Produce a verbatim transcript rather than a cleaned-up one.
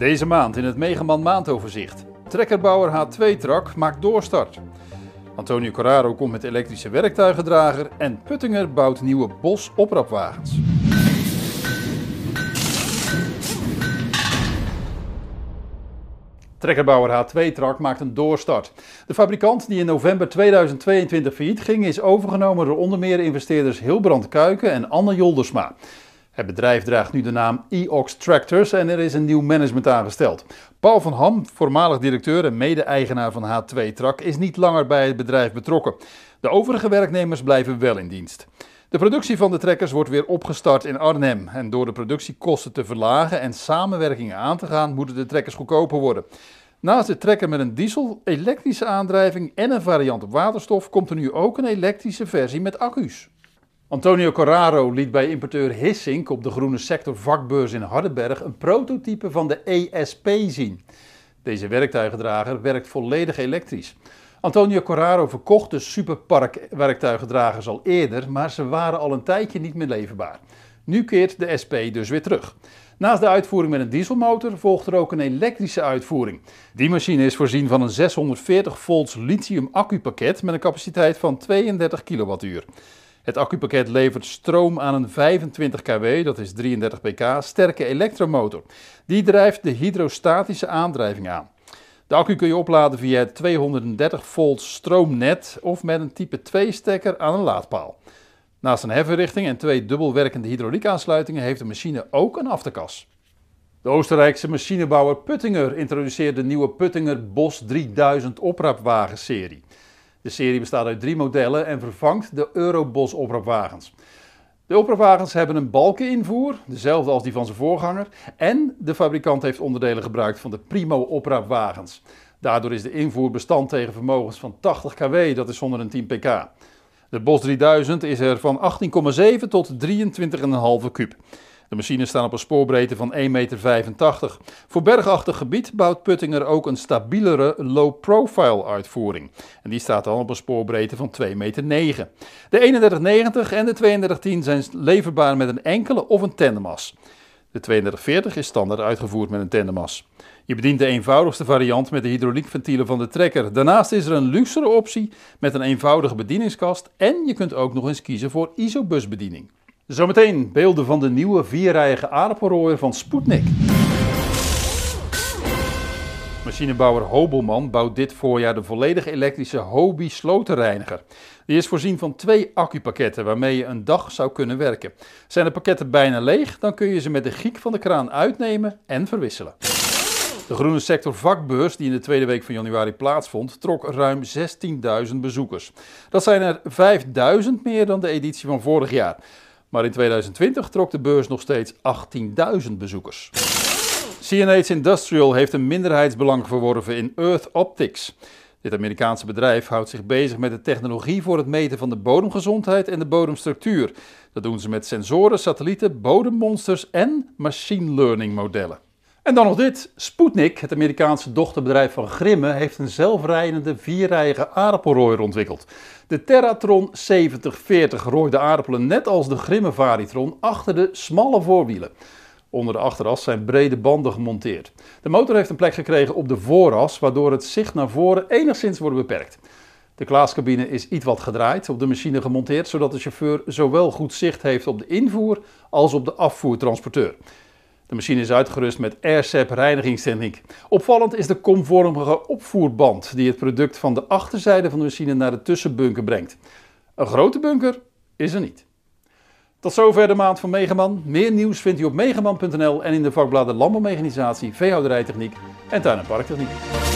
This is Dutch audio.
Deze maand in het Megaman maandoverzicht. Trekkerbouwer H twee Truck maakt doorstart. Antonio Corraro komt met elektrische werktuigendrager en Puttinger bouwt nieuwe bosoprapwagens. Trekkerbouwer H twee Truck maakt een doorstart. De fabrikant die in november tweeduizend tweeëntwintig failliet ging is overgenomen door onder meer investeerders Hilbrand Kuiken en Anne Joldersma. Het bedrijf draagt nu de naam E-Ox Tractors en er is een nieuw management aangesteld. Paul van Ham, voormalig directeur en mede-eigenaar van H twee Truck, is niet langer bij het bedrijf betrokken. De overige werknemers blijven wel in dienst. De productie van de trekkers wordt weer opgestart in Arnhem en door de productiekosten te verlagen en samenwerkingen aan te gaan moeten de trekkers goedkoper worden. Naast de trekker met een diesel, elektrische aandrijving en een variant op waterstof komt er nu ook een elektrische versie met accu's. Antonio Corraro liet bij importeur Hissink op de groene sector vakbeurs in Hardenberg een prototype van de E S P zien. Deze werktuigendrager werkt volledig elektrisch. Antonio Corraro verkocht de Superpark werktuigendragers al eerder, maar ze waren al een tijdje niet meer leverbaar. Nu keert de S P dus weer terug. Naast de uitvoering met een dieselmotor volgt er ook een elektrische uitvoering. Die machine is voorzien van een zeshonderdveertig volts lithium accupakket met een capaciteit van tweeëndertig kilowattuur. Het accupakket levert stroom aan een vijfentwintig kilowatt, dat is drieëndertig pk, sterke elektromotor. Die drijft de hydrostatische aandrijving aan. De accu kun je opladen via het tweehonderddertig volt stroomnet of met een type twee stekker aan een laadpaal. Naast een hefverrichting en twee dubbelwerkende hydrauliekaansluitingen heeft de machine ook een afterkas. De Oostenrijkse machinebouwer Puttinger introduceert de nieuwe Puttinger Boss drieduizend oprapwagenserie. De serie bestaat uit drie modellen en vervangt de Eurobos oprapwagens. De oprapwagens hebben een balkeninvoer, dezelfde als die van zijn voorganger, en de fabrikant heeft onderdelen gebruikt van de Primo oprapwagens. Daardoor is de invoer bestand tegen vermogens van tachtig kilowatt, dat is honderdtien pk. De Boss drieduizend is er van achttien komma zeven tot drieëntwintig komma vijf kuub. De machines staan op een spoorbreedte van één komma vijfentachtig meter. Voor bergachtig gebied bouwt Puttinger ook een stabielere low-profile uitvoering. En die staat dan op een spoorbreedte van twee komma negen meter. De eenendertig negentig en de tweeëndertig tien zijn leverbaar met een enkele of een tandemas. De tweeëndertig veertig is standaard uitgevoerd met een tandemas. Je bedient de eenvoudigste variant met de hydrauliekventielen van de trekker. Daarnaast is er een luxere optie met een eenvoudige bedieningskast en je kunt ook nog eens kiezen voor isobusbediening. Zometeen beelden van de nieuwe vierrijige aardappelrooier van Sputnik. Machinebouwer Hobelman bouwt dit voorjaar de volledig elektrische Hobie slotenreiniger. Die is voorzien van twee accupakketten waarmee je een dag zou kunnen werken. Zijn de pakketten bijna leeg, dan kun je ze met de giek van de kraan uitnemen en verwisselen. De groene sector vakbeurs die in de tweede week van januari plaatsvond, trok ruim zestienduizend bezoekers. Dat zijn er vijfduizend meer dan de editie van vorig jaar. Maar in tweeduizend twintig trok de beurs nog steeds achttienduizend bezoekers. C N H Industrial heeft een minderheidsbelang verworven in Earth Optics. Dit Amerikaanse bedrijf houdt zich bezig met de technologie voor het meten van de bodemgezondheid en de bodemstructuur. Dat doen ze met sensoren, satellieten, bodemmonsters en machine learning modellen. En dan nog dit. Sputnik, het Amerikaanse dochterbedrijf van Grimme, heeft een zelfrijdende vierrijige aardappelrooier ontwikkeld. De Terratron zeventig veertig rooit de aardappelen net als de Grimme Varitron achter de smalle voorwielen. Onder de achteras zijn brede banden gemonteerd. De motor heeft een plek gekregen op de vooras, waardoor het zicht naar voren enigszins wordt beperkt. De glaascabine is iets wat gedraaid op de machine gemonteerd, zodat de chauffeur zowel goed zicht heeft op de invoer als op de afvoertransporteur. De machine is uitgerust met AirSap reinigingstechniek. Opvallend is de komvormige opvoerband die het product van de achterzijde van de machine naar de tussenbunker brengt. Een grote bunker is er niet. Tot zover de maand van Megaman. Meer nieuws vindt u op megaman punt n l en in de vakbladen Landbouwmechanisatie, Veehouderijtechniek en Tuin- en Parktechniek.